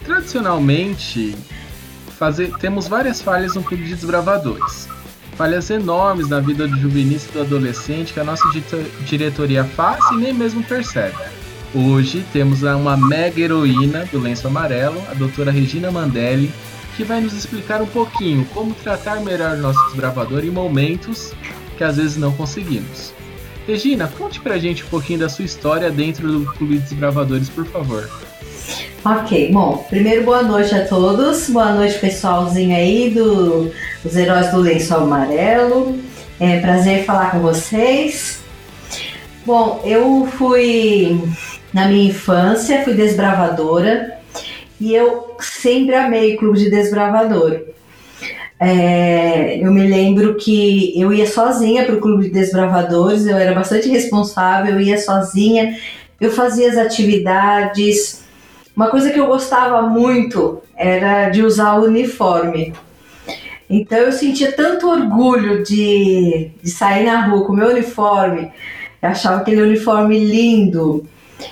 Tradicionalmente, temos várias falhas no Clube de Desbravadores. Falhas enormes na vida do juvenis e do adolescente que a nossa diretoria faz e nem mesmo percebe. Hoje temos uma mega heroína do Lenço Amarelo, a doutora Regina Mandelli, que vai nos explicar um pouquinho como tratar melhor o nosso desbravador em momentos que às vezes não conseguimos. Regina, conte pra gente um pouquinho da sua história dentro do Clube de Desbravadores, por favor. Ok, bom, primeiro boa noite a todos, boa noite pessoalzinho aí dos Heróis do Lenço Amarelo, é prazer falar com vocês. Bom, eu na minha infância, fui desbravadora e eu sempre amei o Clube de Desbravador. Eu me lembro que eu ia sozinha para o Clube de Desbravadores, eu era bastante responsável, eu ia sozinha, eu fazia as atividades. Uma coisa que eu gostava muito era de usar o uniforme. Então eu sentia tanto orgulho de sair na rua com o meu uniforme, eu achava aquele uniforme lindo.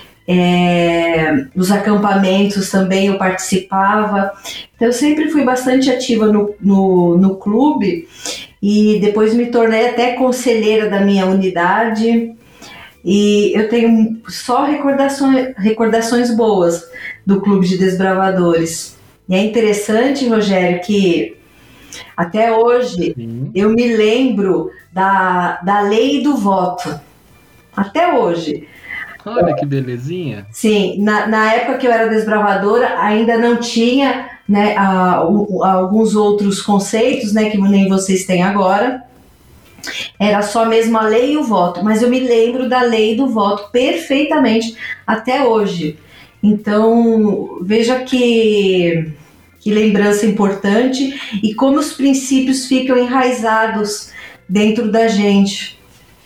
Nos acampamentos também eu participava, então eu sempre fui bastante ativa no clube e depois me tornei até conselheira da minha unidade e eu tenho só recordações boas do Clube de Desbravadores. E é interessante, Rogério, que até hoje eu me lembro da lei do voto, até hoje. Olha que belezinha. Sim, na época que eu era desbravadora ainda não tinha, né, alguns outros conceitos, né, que nem vocês têm agora. Era só mesmo a lei e o voto, mas eu me lembro da lei do voto perfeitamente até hoje. Então, veja que lembrança importante e como os princípios ficam enraizados dentro da gente.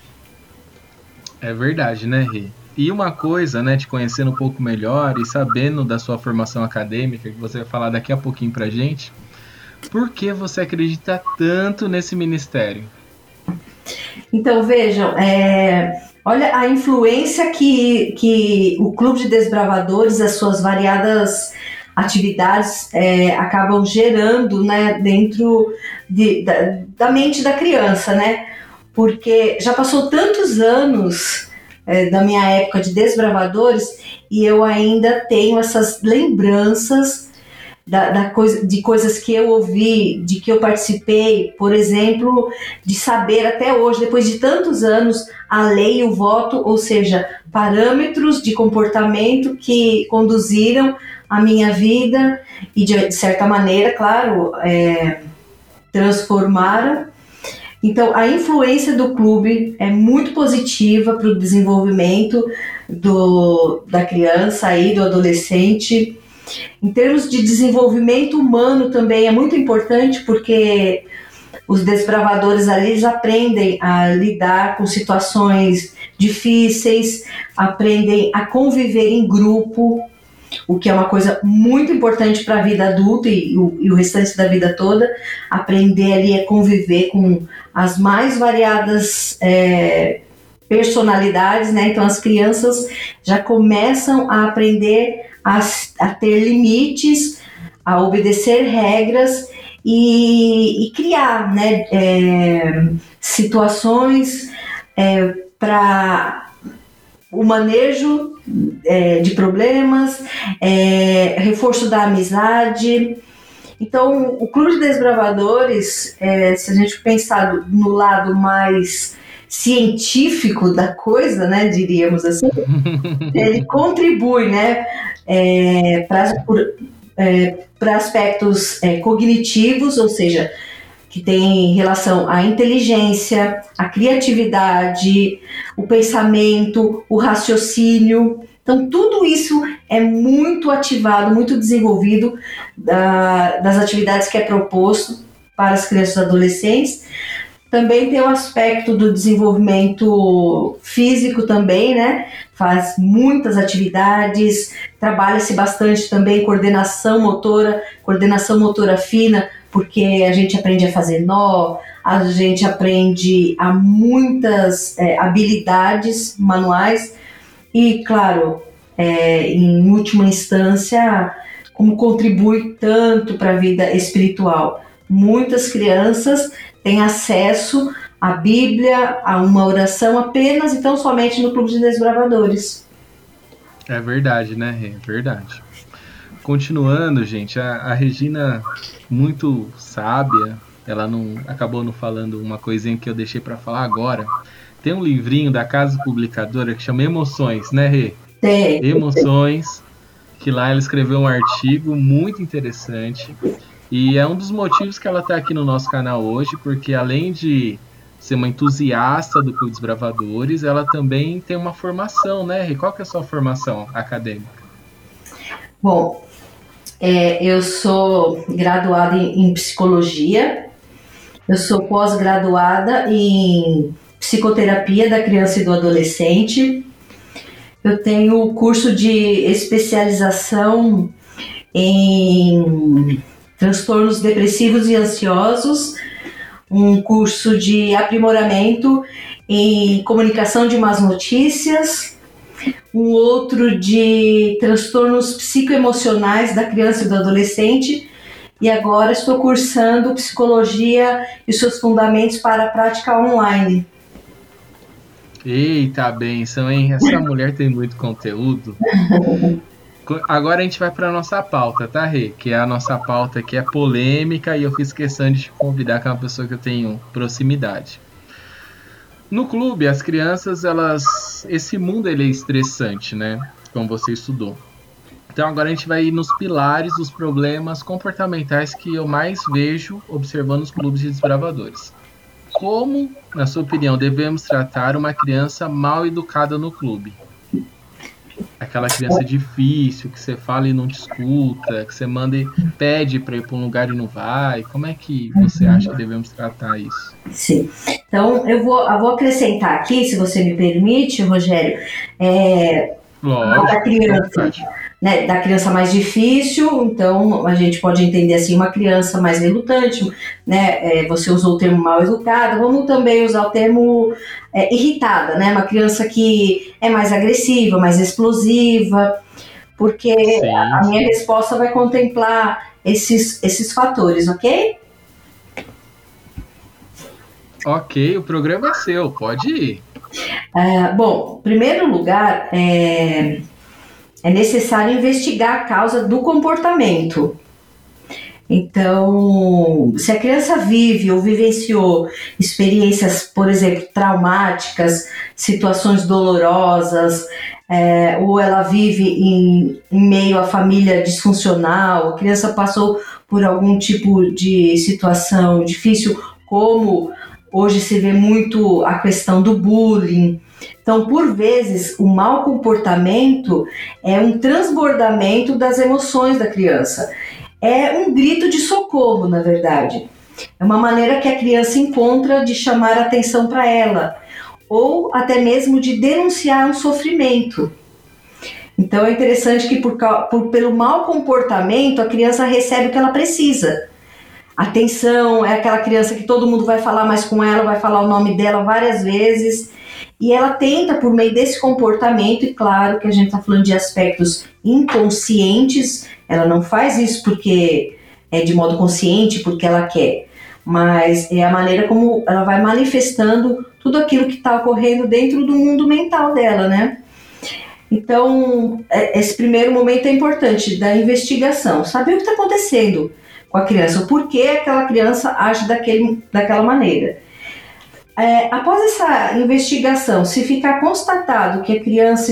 É verdade, né, Rê? E uma coisa, né, te conhecendo um pouco melhor e sabendo da sua formação acadêmica, que você vai falar daqui a pouquinho pra gente, por que você acredita tanto nesse ministério? Então, vejam, olha a influência que o Clube de Desbravadores, as suas variadas atividades acabam gerando, né, dentro da mente da criança, né? Porque já passou tantos anos da minha época de desbravadores e eu ainda tenho essas lembranças de coisas que eu ouvi, de que eu participei, por exemplo, de saber até hoje, depois de tantos anos, a lei e o voto, ou seja, parâmetros de comportamento que conduziram a minha vida e de certa maneira, claro, transformaram. Então, a influência do clube é muito positiva para o desenvolvimento da criança e do adolescente. Em termos de desenvolvimento humano também é muito importante, porque os desbravadores ali eles aprendem a lidar com situações difíceis, aprendem a conviver em grupo, o que é uma coisa muito importante para a vida adulta e o restante da vida toda. Aprender ali a conviver com as mais variadas personalidades, né? Então as crianças já começam a aprender a ter limites, a obedecer regras e criar, né, situações para o manejo de problemas, reforço da amizade. Então, o Clube de Desbravadores, se a gente pensar no lado mais científico da coisa, né, diríamos assim, ele contribui, né, para aspectos cognitivos, ou seja, que tem relação à inteligência, à criatividade, o pensamento, o raciocínio. Então, tudo isso é muito ativado, muito desenvolvido das atividades que é proposto para as crianças e adolescentes. Também tem o aspecto do desenvolvimento físico também, né? Faz muitas atividades, trabalha-se bastante também coordenação motora fina, porque a gente aprende a fazer nó, a gente aprende a muitas habilidades manuais e, claro, em última instância, como contribui tanto para a vida espiritual. Muitas crianças têm acesso à Bíblia, a uma oração apenas e tão somente no Clube de Desbravadores. É verdade, né, Rê? É verdade. Continuando, gente, a Regina, muito sábia, ela acabou não falando uma coisinha que eu deixei para falar agora. Tem um livrinho da Casa Publicadora que chama Emoções, né, Rê? Tem. Emoções, que lá ela escreveu um artigo muito interessante. E é um dos motivos que ela está aqui no nosso canal hoje, porque além de ser uma entusiasta do Clube dos Bravadores, ela também tem uma formação, né, Rê? Qual que é a sua formação acadêmica? Bom, eu sou graduada em psicologia, eu sou pós-graduada em psicoterapia da criança e do adolescente, eu tenho o curso de especialização em transtornos depressivos e ansiosos, um curso de aprimoramento em comunicação de más notícias, um outro de transtornos psicoemocionais da criança e do adolescente, e agora estou cursando psicologia e seus fundamentos para a prática online. Eita, benção, hein? Essa mulher tem muito conteúdo. Agora a gente vai para a nossa pauta, tá, Rê? Que é a nossa pauta que é polêmica e eu fiz questão de te convidar, que é uma pessoa que eu tenho proximidade. No clube, as crianças, esse mundo ele é estressante, né? Como você estudou. Então agora a gente vai ir nos pilares dos problemas comportamentais que eu mais vejo observando os clubes de desbravadores. Como, na sua opinião, devemos tratar uma criança mal educada no clube? Aquela criança difícil, que você fala e não te escuta, que você manda e pede para ir para um lugar e não vai. Como é que você acha que devemos tratar isso? Sim. Então, eu vou acrescentar aqui, se você me permite, Rogério, Lógico, da criança, né, da criança mais difícil. Então a gente pode entender assim, uma criança mais relutante, né, você usou o termo mal educada, vamos também usar o termo irritada, né, uma criança que é mais agressiva, mais explosiva, porque Sim. A minha resposta vai contemplar esses fatores, ok? Ok, o programa é seu, pode ir. Bom, em primeiro lugar, é necessário investigar a causa do comportamento. Então, se a criança vive ou vivenciou experiências, por exemplo, traumáticas, situações dolorosas, ou ela vive em meio à família disfuncional, a criança passou por algum tipo de situação difícil, como hoje se vê muito a questão do bullying. Então, por vezes, o mau comportamento é um transbordamento das emoções da criança. É um grito de socorro, na verdade. É uma maneira que a criança encontra de chamar a atenção para ela, ou até mesmo de denunciar um sofrimento. Então, é interessante que pelo mau comportamento, a criança recebe o que ela precisa. Atenção, é aquela criança que todo mundo vai falar mais com ela, vai falar o nome dela várias vezes, e ela tenta, por meio desse comportamento, e claro que a gente está falando de aspectos inconscientes, ela não faz isso porque é de modo consciente, porque ela quer, mas é a maneira como ela vai manifestando tudo aquilo que está ocorrendo dentro do mundo mental dela, né? Então, esse primeiro momento é importante, da investigação, saber o que está acontecendo com a criança, o porquê aquela criança age daquela maneira. Após essa investigação, se ficar constatado que a criança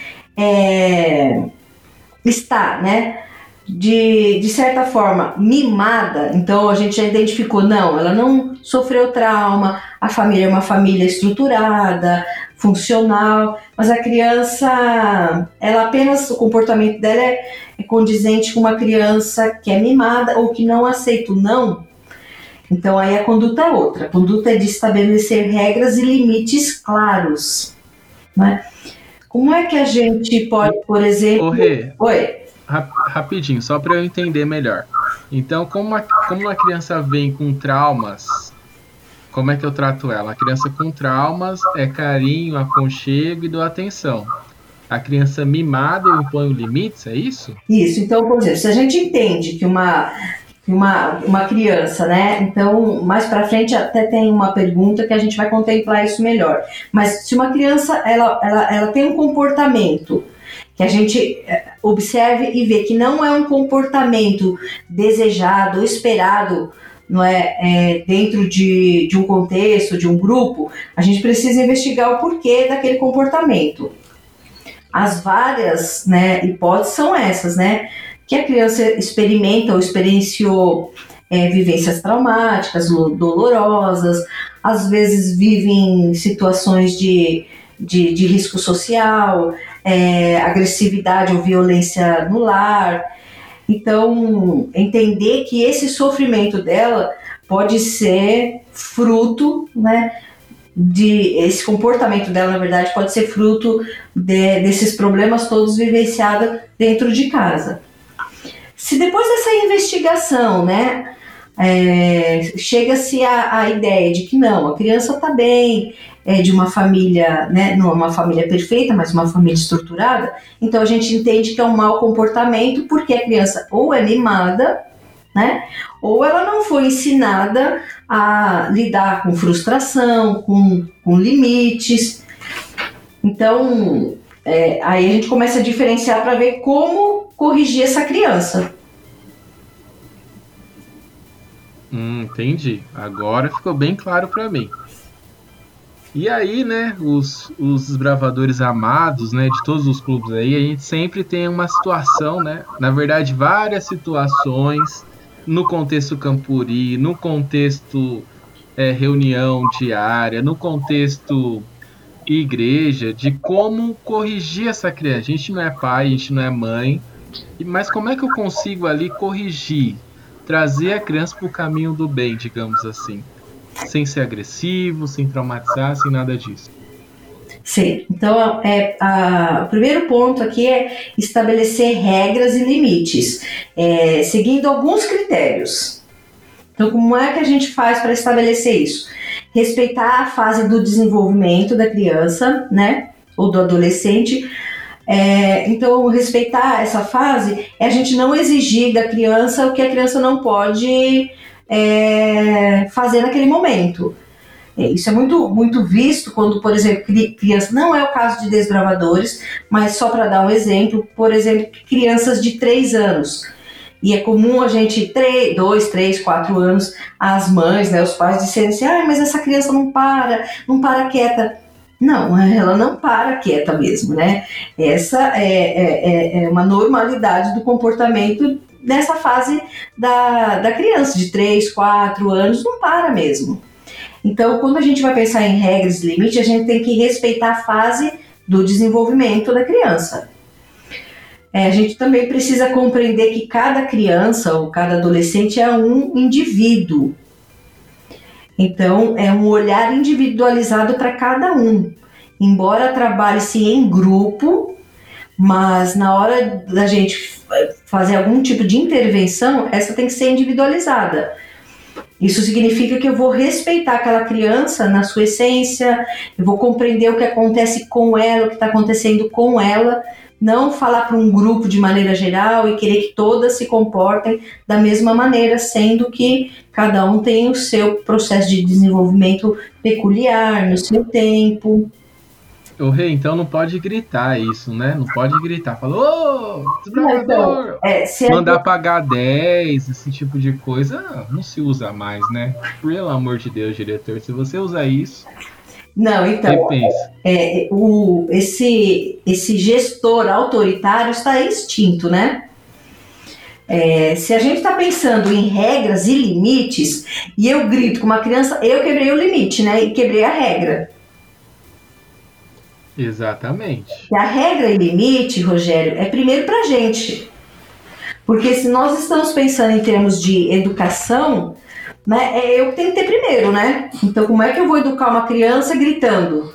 está, né, de certa forma, mimada, então a gente já identificou, não, ela não sofreu trauma, a família é uma família estruturada, funcional, mas a criança, ela apenas, o comportamento dela é condizente com uma criança que é mimada ou que não aceita o não. Então aí a conduta é outra. A conduta é de estabelecer regras e limites claros, né? Como é que a gente pode, por exemplo... Oi? Rapidinho, só para eu entender melhor. Então, como a criança vem com traumas, como é que eu trato ela? A criança com traumas é carinho, aconchego e dou atenção. A criança mimada, eu imponho limites, é isso? Isso, então, por exemplo, se a gente entende que uma criança, né? Então, mais para frente até tem uma pergunta que a gente vai contemplar isso melhor. Mas se uma criança ela tem um comportamento que a gente observe e vê que não é um comportamento desejado ou esperado, não dentro de um contexto, de um grupo, a gente precisa investigar o porquê daquele comportamento. As várias, né, hipóteses são essas, né? Que a criança experimenta ou experienciou vivências traumáticas, dolorosas, às vezes vivem situações de risco social, agressividade ou violência no lar. Então, entender que esse sofrimento dela pode ser fruto, né, esse comportamento dela, na verdade, pode ser fruto desses problemas todos vivenciados dentro de casa. Se depois dessa investigação, né, chega-se à ideia de que não, a criança está bem, é de uma família, né, não é uma família perfeita, mas uma família estruturada, então a gente entende que é um mau comportamento porque a criança ou é mimada, né, ou ela não foi ensinada a lidar com frustração, com limites. Então, aí a gente começa a diferenciar para ver como corrigir essa criança. Entendi. Agora ficou bem claro para mim. E aí, né, os desbravadores amados, né, de todos os clubes aí, a gente sempre tem uma situação, né, na verdade várias situações no contexto Campuri, no contexto reunião diária, no contexto igreja, de como corrigir essa criança. A gente não é pai, a gente não é mãe, mas como é que eu consigo ali corrigir, trazer a criança para o caminho do bem, digamos assim, sem ser agressivo, sem traumatizar, sem nada disso? Sim, então o primeiro ponto aqui é estabelecer regras e limites, seguindo alguns critérios. Então, como é que a gente faz para estabelecer isso? Respeitar a fase do desenvolvimento da criança, né, ou do adolescente. Então, respeitar essa fase é a gente não exigir da criança o que a criança não pode fazer naquele momento. Isso é muito, muito visto quando, por exemplo, criança, não é o caso de desbravadores, mas só para dar um exemplo, por exemplo, crianças de 3 anos. E é comum a gente, 2, 3, 4 anos, as mães, né, os pais disserem assim, mas essa criança não para quieta. Não, ela não para quieta mesmo, né? Essa é uma normalidade do comportamento nessa fase da criança, de 3, 4 anos, não para mesmo. Então, quando a gente vai pensar em regras e limites, a gente tem que respeitar a fase do desenvolvimento da criança. A gente também precisa compreender que cada criança ou cada adolescente é um indivíduo. Então, é um olhar individualizado para cada um. Embora trabalhe-se em grupo, mas na hora da gente fazer algum tipo de intervenção, essa tem que ser individualizada. Isso significa que eu vou respeitar aquela criança na sua essência, eu vou compreender o que acontece com ela, o que está acontecendo com ela, não falar para um grupo de maneira geral e querer que todas se comportem da mesma maneira, sendo que cada um tem o seu processo de desenvolvimento peculiar, no seu tempo. Ô, Rei, então não pode gritar isso, né? Não pode gritar. Falou, desbravador! Mandar pagar 10, esse tipo de coisa, não se usa mais, né? Pelo amor de Deus, diretor, se você usar isso... Não, então, esse gestor autoritário está extinto, né? Se a gente está pensando em regras e limites, e eu grito com uma criança, eu quebrei o limite, né? E quebrei a regra. Exatamente. E a regra e limite, Rogério, é primeiro pra gente. Porque se nós estamos pensando em termos de educação, né, eu que tenho que ter primeiro, né? Então, como é que eu vou educar uma criança gritando?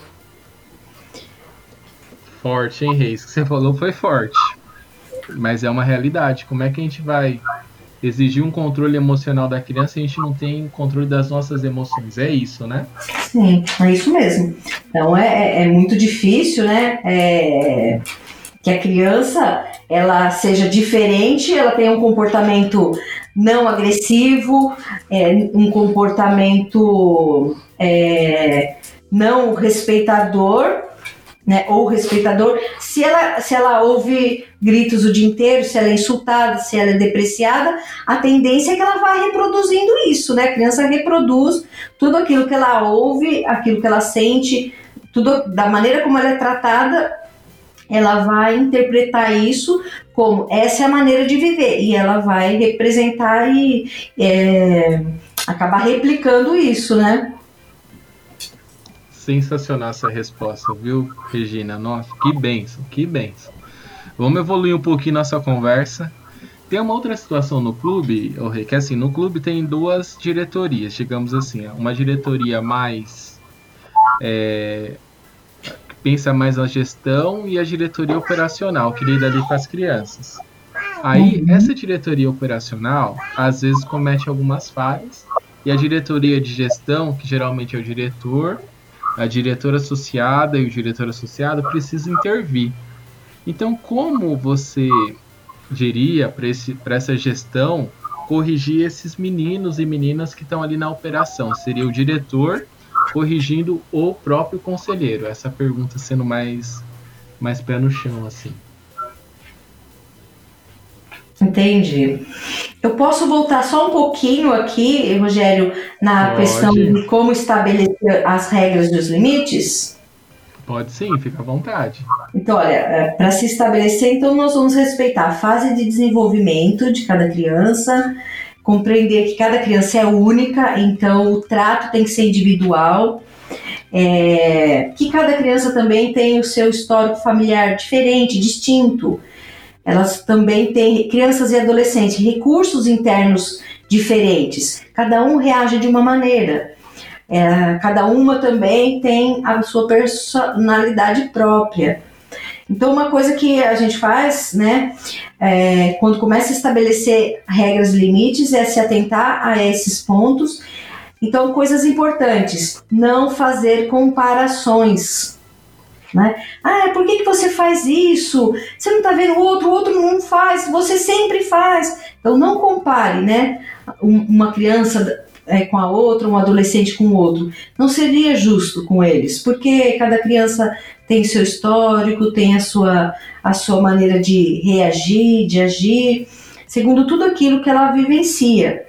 Forte, hein, Reis? O que você falou foi forte. Mas é uma realidade. Como é que a gente vai exigir um controle emocional da criança e a gente não tem controle das nossas emoções. É isso, né? Sim, é isso mesmo. Então é muito difícil, né? Que a criança ela seja diferente, ela tenha um comportamento não agressivo, um comportamento não respeitador, né, ou respeitador. Se ela ouve gritos o dia inteiro, se ela é insultada, se ela é depreciada, a tendência é que ela vá reproduzindo isso, né? A criança reproduz tudo aquilo que ela ouve, aquilo que ela sente, tudo da maneira como ela é tratada, ela vai interpretar isso como essa é a maneira de viver, e ela vai representar e acabar replicando isso, né? Sensacional essa resposta, viu, Regina? Nossa, que bênção, que bênção. Vamos evoluir um pouquinho nossa conversa. Tem uma outra situação no clube, Rei, que assim, no clube tem 2 diretorias, digamos assim. Uma diretoria mais... que pensa mais na gestão, e a diretoria operacional, que lida ali com as crianças. Aí, essa diretoria operacional, às vezes comete algumas falhas, e a diretoria de gestão, que geralmente é o diretor, a diretora associada e o diretor associado precisam intervir. Então, como você diria para essa gestão corrigir esses meninos e meninas que estão ali na operação? Seria o diretor corrigindo o próprio conselheiro? Essa pergunta sendo mais pé no chão, assim. Entendi. Eu posso voltar só um pouquinho aqui, Rogério, na questão de como estabelecer as regras e os limites? Pode sim, fica à vontade. Então, olha, para se estabelecer, então nós vamos respeitar a fase de desenvolvimento de cada criança, compreender que cada criança é única, então o trato tem que ser individual, que cada criança também tem o seu histórico familiar diferente, distinto. Elas também têm, crianças e adolescentes, recursos internos diferentes. Cada um reage de uma maneira. Cada uma também tem a sua personalidade própria. Então, uma coisa que a gente faz, né, quando começa a estabelecer regras e limites, é se atentar a esses pontos. Então, coisas importantes, não fazer comparações. Né? Por que você faz isso? Você não está vendo o outro não faz, você sempre faz. Então não compare, né, uma criança com a outra, um adolescente com o outro. Não seria justo com eles, porque cada criança tem seu histórico, tem a sua maneira de reagir, de agir, segundo tudo aquilo que ela vivencia.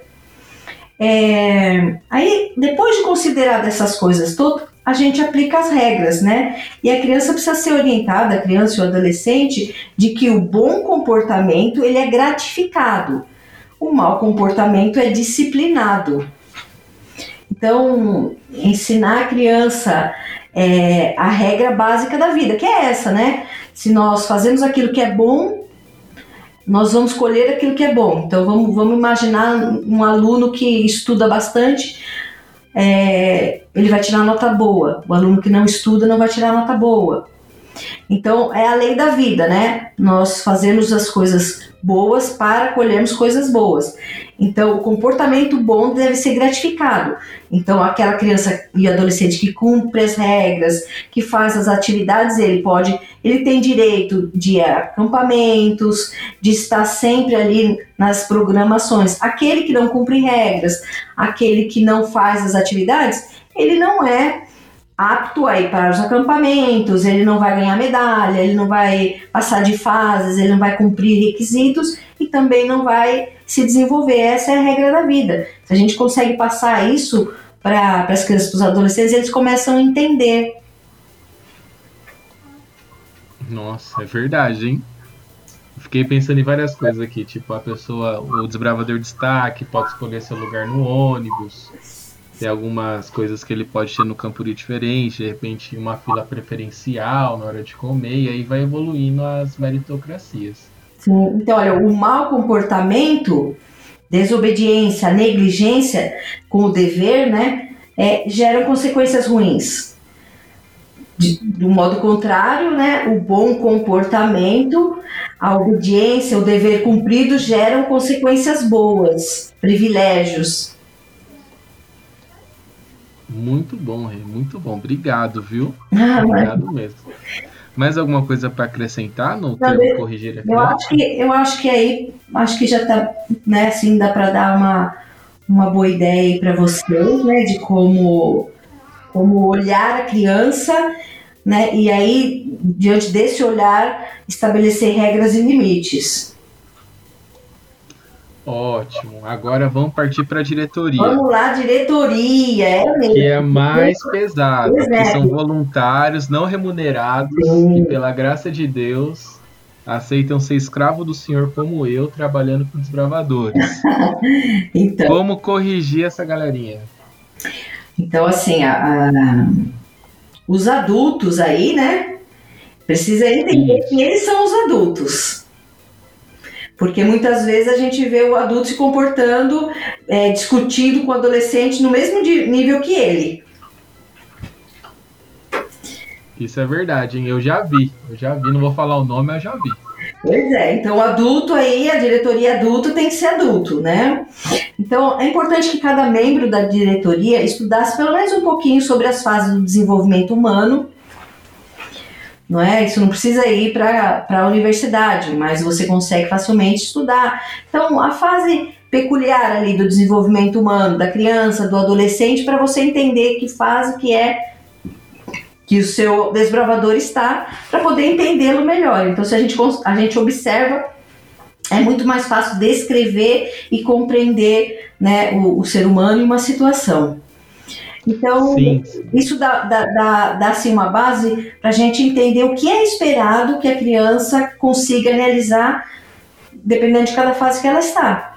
Aí, depois de considerar essas coisas todas, a gente aplica as regras, né? E a criança precisa ser orientada, a criança e o adolescente, de que o bom comportamento ele é gratificado, o mau comportamento é disciplinado. Então, ensinar a criança a regra básica da vida, que é essa, né? Se nós fazemos aquilo que é bom, nós vamos colher aquilo que é bom. Então, vamos imaginar um aluno que estuda bastante, ele vai tirar nota boa. O aluno que não estuda não vai tirar nota boa. Então, é a lei da vida, né? Nós fazemos as coisas boas para colhermos coisas boas. Então, o comportamento bom deve ser gratificado. Então, aquela criança e adolescente que cumpre as regras, que faz as atividades, ele tem direito de ir a acampamentos, de estar sempre ali nas programações. Aquele que não cumpre regras, aquele que não faz as atividades, ele não é apto a ir para os acampamentos, ele não vai ganhar medalha, ele não vai passar de fases, ele não vai cumprir requisitos e também não vai se desenvolver. Essa é a regra da vida. Se a gente consegue passar isso para as crianças, para os adolescentes, eles começam a entender. Nossa, é verdade, hein? Fiquei pensando em várias coisas aqui, tipo o desbravador de destaque pode escolher seu lugar no ônibus. Tem algumas coisas que ele pode ter no Campuri diferente, de repente uma fila preferencial na hora de comer, e aí vai evoluindo as meritocracias. Sim. Então, olha, o mau comportamento, desobediência, negligência com o dever, né, geram consequências ruins. Do modo contrário, né, o bom comportamento, a obediência, o dever cumprido geram consequências boas, privilégios. Muito bom, Rê, muito bom. Obrigado, viu? Ah, Obrigado mesmo. Mais alguma coisa para acrescentar no mas termo corrigir a eu acho criança? eu acho que aí, acho que já tá, né, assim, dá para dar uma boa ideia para vocês, né, de como olhar a criança, né, e aí, diante desse olhar, estabelecer regras e limites. Ótimo. Agora vamos partir para a diretoria, Vamos lá, diretoria, é que é mesmo. mais pesado, que são Exemplo. voluntários não remunerados que, Sim. pela graça de Deus, aceitam ser escravo do Senhor como eu, trabalhando com desbravadores. Então, Como corrigir essa galerinha? então assim, os adultos aí, né, precisa entender que Isso. eles são os adultos. Porque muitas vezes a gente vê o adulto se comportando, discutindo com o adolescente no mesmo nível que ele. Isso é verdade, hein? Eu já vi, não vou falar o nome, mas eu já vi. Pois é, então o adulto aí, a diretoria adulto tem que ser adulto, né? Então é importante que cada membro da diretoria estudasse pelo menos um pouquinho sobre as fases do desenvolvimento humano, não é? Isso não precisa ir para a universidade, mas você consegue facilmente estudar. Então, a fase peculiar ali do desenvolvimento humano, da criança, do adolescente, para você entender que fase que é que o seu desbravador está, para poder entendê-lo melhor. Então, se a gente observa, é muito mais fácil descrever e compreender, né, o ser humano em uma situação. Então, Sim, isso dá assim, uma base para a gente entender o que é esperado que a criança consiga realizar, dependendo de cada fase que ela está.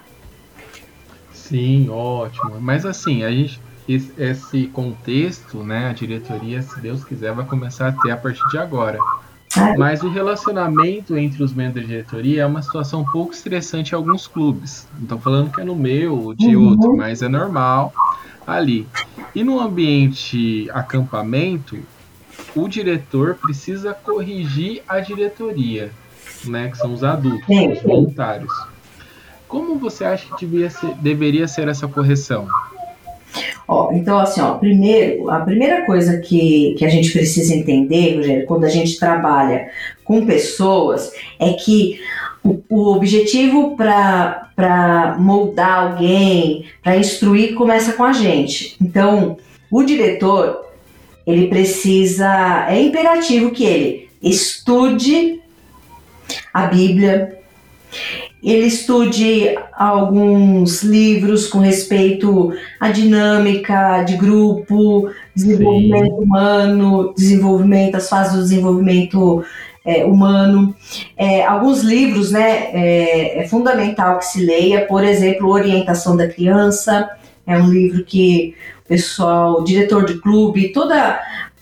sim, ótimo. Mas assim, esse contexto, né, a diretoria, se Deus quiser, vai começar a ter a partir de agora. Mas o relacionamento entre os membros da diretoria é uma situação um pouco estressante em alguns clubes. Não estou falando que é no meu ou de outro, mas é normal ali. E no ambiente acampamento, o diretor precisa corrigir a diretoria, né, que são os adultos, os voluntários. Como você acha que deveria ser essa correção? Então, assim, primeiro, a primeira coisa que a gente precisa entender, Rogério, quando a gente trabalha com pessoas, é que o objetivo para moldar alguém, para instruir, começa com a gente. Então, o diretor, ele precisa, é imperativo que ele estude a Bíblia, ele estude alguns livros com respeito à dinâmica de grupo, desenvolvimento humano, as fases do desenvolvimento humano. Alguns livros, né, é fundamental que se leia, por exemplo, Orientação da Criança, é um livro que o pessoal, o diretor de clube, toda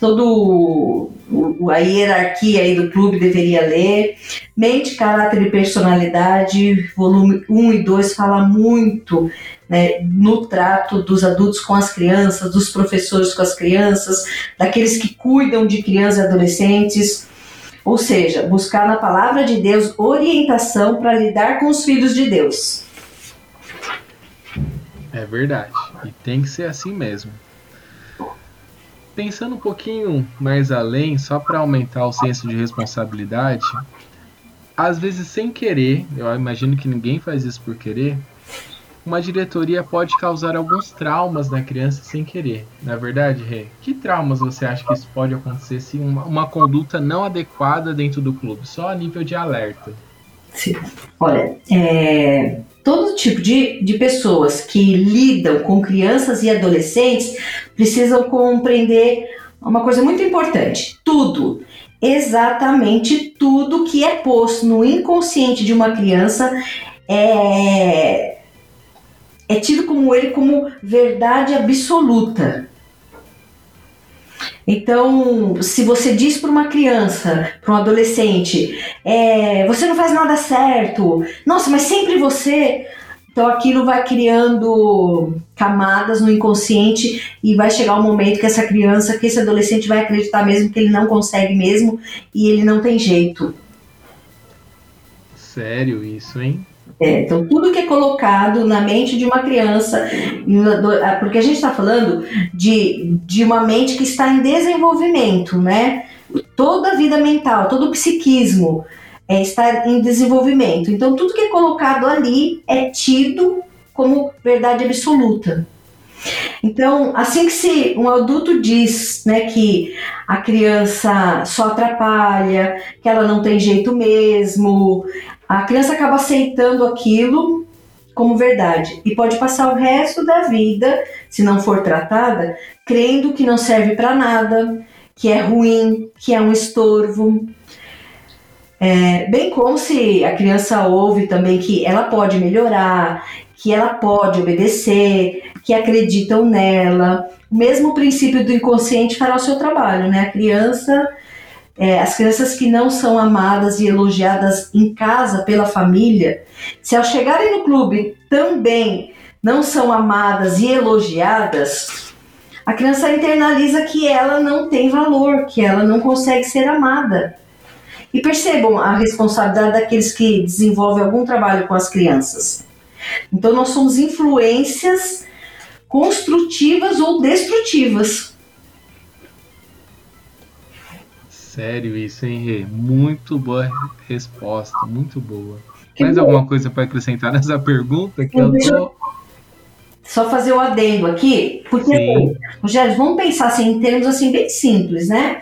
a hierarquia aí do clube deveria ler. Mente, Caráter e Personalidade, volume 1 e 2, fala muito, né, no trato dos adultos com as crianças, dos professores com as crianças, daqueles que cuidam de crianças e adolescentes. Ou seja, buscar na palavra de Deus orientação para lidar com os filhos de Deus. É verdade, e tem que ser assim mesmo. Pensando um pouquinho mais além, só para aumentar o senso de responsabilidade, às vezes sem querer, eu imagino que ninguém faz isso por querer, uma diretoria pode causar alguns traumas na criança sem querer. Na verdade, Rê, que traumas você acha que isso pode acontecer se uma conduta não adequada dentro do clube, só a nível de alerta? Sim. Olha, todo tipo de pessoas que lidam com crianças e adolescentes precisam compreender uma coisa muito importante. Tudo, exatamente tudo que é posto no inconsciente de uma criança é tido como verdade absoluta. Então, se você diz para uma criança, para um adolescente, você não faz nada certo, nossa, mas sempre você, Então aquilo vai criando camadas no inconsciente e vai chegar um momento que essa criança, que esse adolescente vai acreditar mesmo que ele não consegue mesmo e ele não tem jeito. Sério isso, hein? Então tudo que é colocado na mente de uma criança, porque a gente está falando de uma mente que está em desenvolvimento, né? Toda a vida mental, todo o psiquismo está em desenvolvimento. Então tudo que é colocado ali é tido como verdade absoluta. Então, assim que se um adulto diz, né, que a criança só atrapalha, que ela não tem jeito mesmo, a criança acaba aceitando aquilo como verdade e pode passar o resto da vida, se não for tratada, crendo que não serve para nada, que é ruim, que é um estorvo. Bem como se a criança ouve também que ela pode melhorar, que ela pode obedecer, que acreditam nela. O mesmo princípio do inconsciente fará o seu trabalho, né? As crianças que não são amadas e elogiadas em casa pela família, se ao chegarem no clube também não são amadas e elogiadas, a criança internaliza que ela não tem valor, que ela não consegue ser amada. E percebam a responsabilidade daqueles que desenvolvem algum trabalho com as crianças. Então nós somos influências construtivas ou destrutivas. Sério isso, hein, Rê? Muito boa resposta, muito boa. Mais alguma coisa para acrescentar nessa pergunta que eu tô... Só fazer o adendo aqui, porque, assim, Rogério, vamos pensar assim, em termos assim, bem simples, né?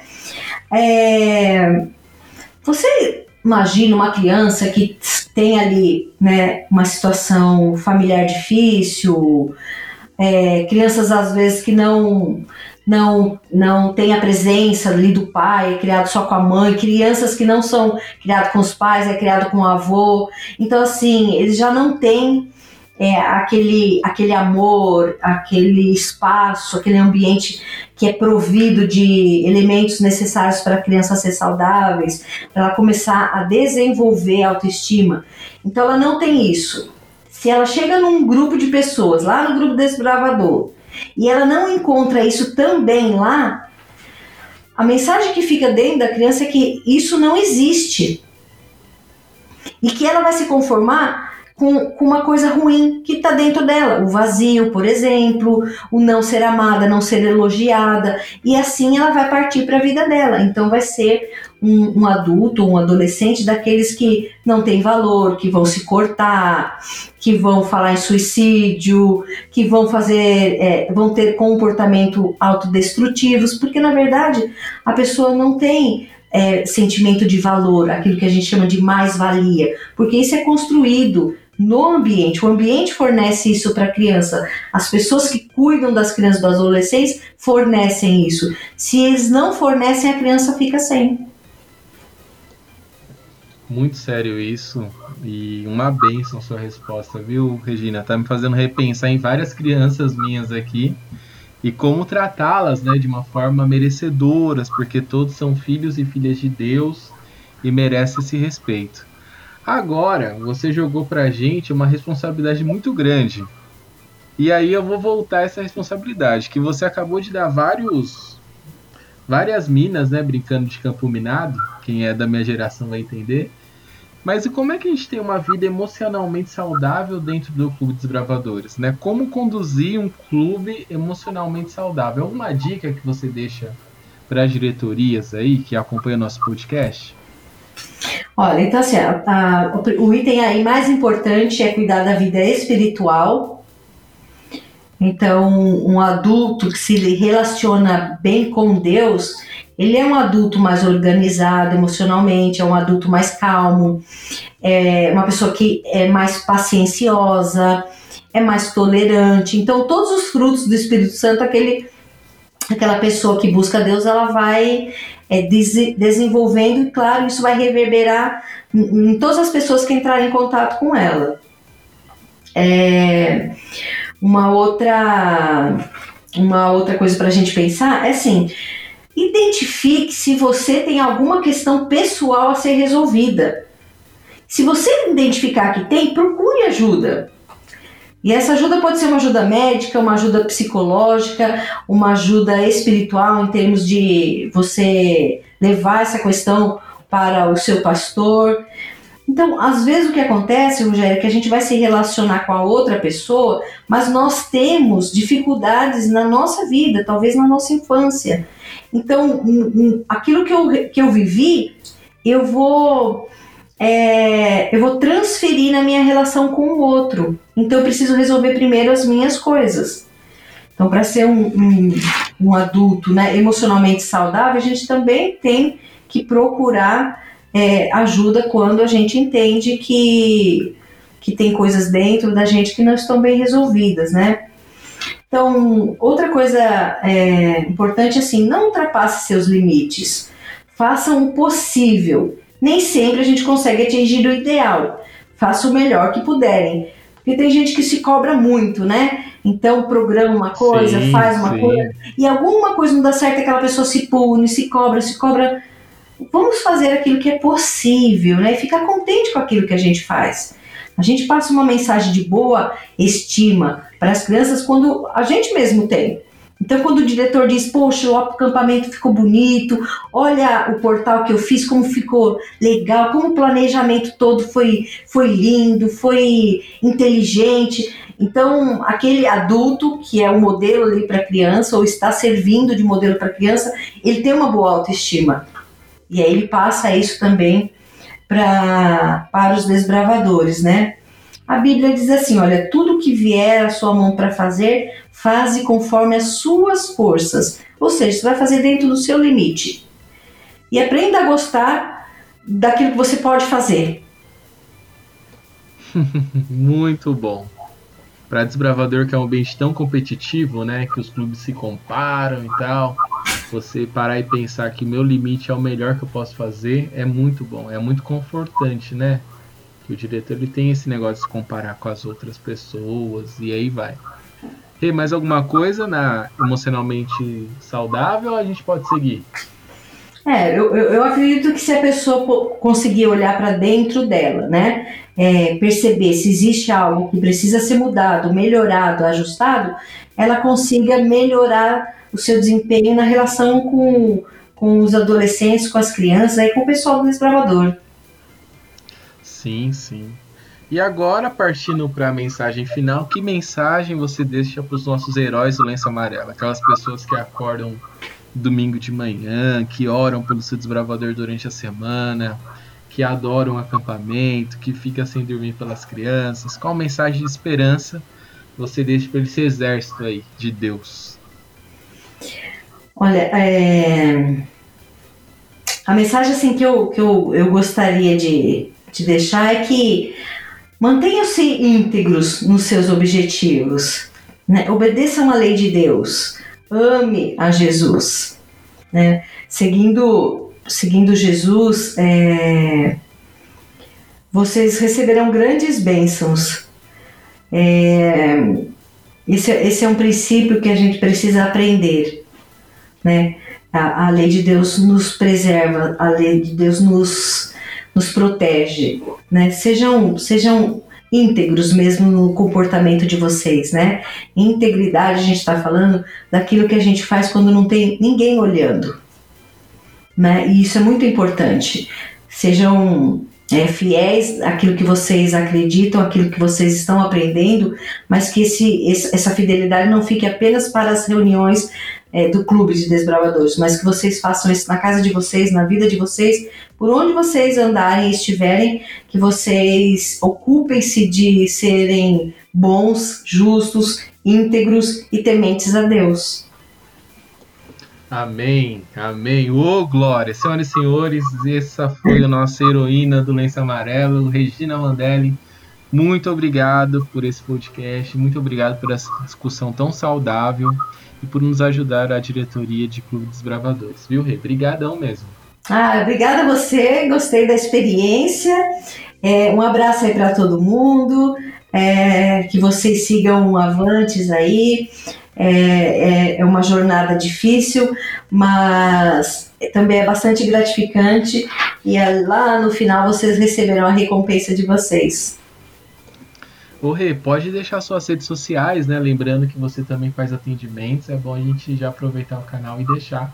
Você imagina uma criança que tem ali, né, uma situação familiar difícil, crianças às vezes que não tem a presença ali do pai, é criado só com a mãe, crianças que não são criadas com os pais, é criado com o avô. Então, assim, eles já não têm aquele amor, aquele espaço, aquele ambiente que é provido de elementos necessários para a criança ser saudáveis, para ela começar a desenvolver a autoestima. Então ela não tem isso. Se ela chega num grupo de pessoas, lá no grupo desbravador, e ela não encontra isso também lá, a mensagem que fica dentro da criança é que isso não existe. E que ela vai se conformar com uma coisa ruim que está dentro dela, o vazio, por exemplo, o não ser amada, não ser elogiada, e assim ela vai partir para a vida dela. Então vai ser um adulto, um adolescente daqueles que não tem valor, que vão se cortar, que vão falar em suicídio, que vão vão ter comportamento autodestrutivos, porque na verdade a pessoa não tem sentimento de valor, aquilo que a gente chama de mais-valia, porque isso é construído no ambiente. O ambiente fornece isso para a criança. As pessoas que cuidam das crianças e dos adolescentes fornecem isso. Se eles não fornecem, a criança fica sem. Muito sério isso, e uma bênção sua resposta, viu, Regina? Tá me fazendo repensar em várias crianças minhas aqui e como tratá-las, né, de uma forma merecedoras, porque todos são filhos e filhas de Deus e merecem esse respeito. Agora, você jogou pra gente uma responsabilidade muito grande. E aí eu vou voltar a essa responsabilidade, que você acabou de dar várias minas, né, brincando de campo minado. Quem é da minha geração vai entender. Mas e como é que a gente tem uma vida emocionalmente saudável dentro do Clube dos Bravadores, né? Como conduzir um clube emocionalmente saudável? Alguma dica que você deixa para as diretorias aí que acompanham o nosso podcast? Olha, então assim, o item aí mais importante é cuidar da vida espiritual. Então, um adulto que se relaciona bem com Deus, ele é um adulto mais organizado emocionalmente, é um adulto mais calmo, é uma pessoa que é mais pacienciosa, é mais tolerante. Então, todos os frutos do Espírito Santo, aquela pessoa que busca Deus, ela vai desenvolvendo, e claro, isso vai reverberar em todas as pessoas que entrarem em contato com ela. Uma outra coisa para a gente pensar é assim: identifique se você tem alguma questão pessoal a ser resolvida. Se você identificar que tem, procure ajuda. E essa ajuda pode ser uma ajuda médica, uma ajuda psicológica, uma ajuda espiritual, em termos de você levar essa questão para o seu pastor. Então, às vezes o que acontece, Rogério, é que a gente vai se relacionar com a outra pessoa, mas nós temos dificuldades na nossa vida, talvez na nossa infância. Então, aquilo que eu vivi, eu vou transferir na minha relação com o outro. Então eu preciso resolver primeiro as minhas coisas. Então, para ser um adulto, né, emocionalmente saudável, a gente também tem que procurar ajuda quando a gente entende que tem coisas dentro da gente que não estão bem resolvidas, né? Então, outra coisa importante, assim, não ultrapasse seus limites. Faça o possível. Nem sempre a gente consegue atingir o ideal. Faça o melhor que puderem. Porque tem gente que se cobra muito, né? Então, programa uma coisa, faz uma coisa, e alguma coisa não dá certo, aquela pessoa se pune, se cobra. Vamos fazer aquilo que é possível, né? E ficar contente com aquilo que a gente faz. A gente passa uma mensagem de boa estima para as crianças quando a gente mesmo tem. Então, quando o diretor diz, poxa, o acampamento ficou bonito, olha o portal que eu fiz, como ficou legal, como o planejamento todo foi lindo, foi inteligente. Então, aquele adulto que é o modelo ali para a criança, ou está servindo de modelo para a criança, ele tem uma boa autoestima. E aí ele passa isso também para os desbravadores, né? A Bíblia diz assim, olha, tudo que vier à sua mão para fazer, faze conforme as suas forças. Ou seja, você vai fazer dentro do seu limite. E aprenda a gostar daquilo que você pode fazer. Muito bom. Para desbravador, que é um ambiente tão competitivo, né, que os clubes se comparam e tal, você parar e pensar que meu limite é o melhor que eu posso fazer é muito bom, é muito confortante, né? Que o diretor ele tem esse negócio de se comparar com as outras pessoas e aí vai. E mais alguma coisa na emocionalmente saudável ou a gente pode seguir? Eu acredito que se a pessoa conseguir olhar para dentro dela, né, perceber se existe algo que precisa ser mudado, melhorado, ajustado, ela consiga melhorar o seu desempenho na relação com os adolescentes, com as crianças e com o pessoal do desbravador. Sim, sim. E agora, partindo para a mensagem final, que mensagem você deixa para os nossos heróis do Lenço Amarelo? Aquelas pessoas que acordam domingo de manhã, que oram pelo seu desbravador durante a semana, que adoram o acampamento, que fica sem dormir pelas crianças. Qual mensagem de esperança você deixa para esse exército aí de Deus? Olha, a mensagem assim, que eu gostaria de deixar é que mantenham-se íntegros nos seus objetivos, né? Obedeçam a lei de Deus, ame a Jesus, né? Seguindo Jesus, vocês receberão grandes bênçãos. Esse é um princípio que a gente precisa aprender, né? A lei de Deus nos preserva, a lei de Deus nos protege, né? Sejam íntegros mesmo no comportamento de vocês, né? Integridade, a gente está falando daquilo que a gente faz quando não tem ninguém olhando, né? E isso é muito importante. Sejam fiéis àquilo que vocês acreditam, àquilo que vocês estão aprendendo, mas que essa fidelidade não fique apenas para as reuniões do clube de desbravadores, mas que vocês façam isso na casa de vocês, na vida de vocês, por onde vocês andarem e estiverem, que vocês ocupem-se de serem bons, justos, íntegros e tementes a Deus. Amém, amém. Ô, glória! Senhoras e senhores, essa foi a nossa heroína do Lenço Amarelo, Regina Mandelli. Muito obrigado por esse podcast, muito obrigado por essa discussão tão saudável e por nos ajudar a diretoria de Clube dos Bravadores, viu, Rê? Obrigadão mesmo. Obrigada a você, gostei da experiência. Um abraço aí para todo mundo, que vocês sigam avantes aí. É uma jornada difícil, mas também é bastante gratificante e lá no final vocês receberão a recompensa de vocês. Ô Rê, pode deixar suas redes sociais, né? Lembrando que você também faz atendimentos, é bom a gente já aproveitar o canal e deixar.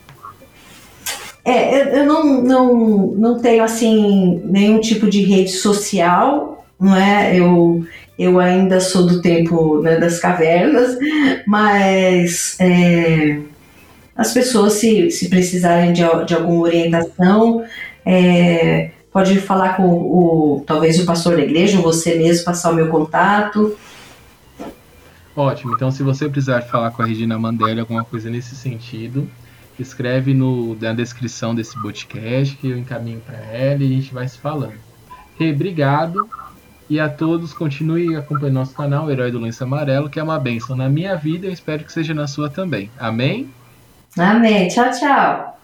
Eu não tenho assim nenhum tipo de rede social, não é? Eu ainda sou do tempo, né, das cavernas, mas as pessoas, se precisarem de alguma orientação, pode falar com talvez o pastor da igreja, ou você mesmo passar o meu contato. Ótimo, então se você precisar falar com a Regina Mandelli, alguma coisa nesse sentido, escreve na descrição desse podcast que eu encaminho para ela e a gente vai se falando. Rê, obrigado. E a todos, continue acompanhando nosso canal, Herói do Lenço Amarelo, que é uma bênção na minha vida e eu espero que seja na sua também. Amém? Amém. Tchau, tchau.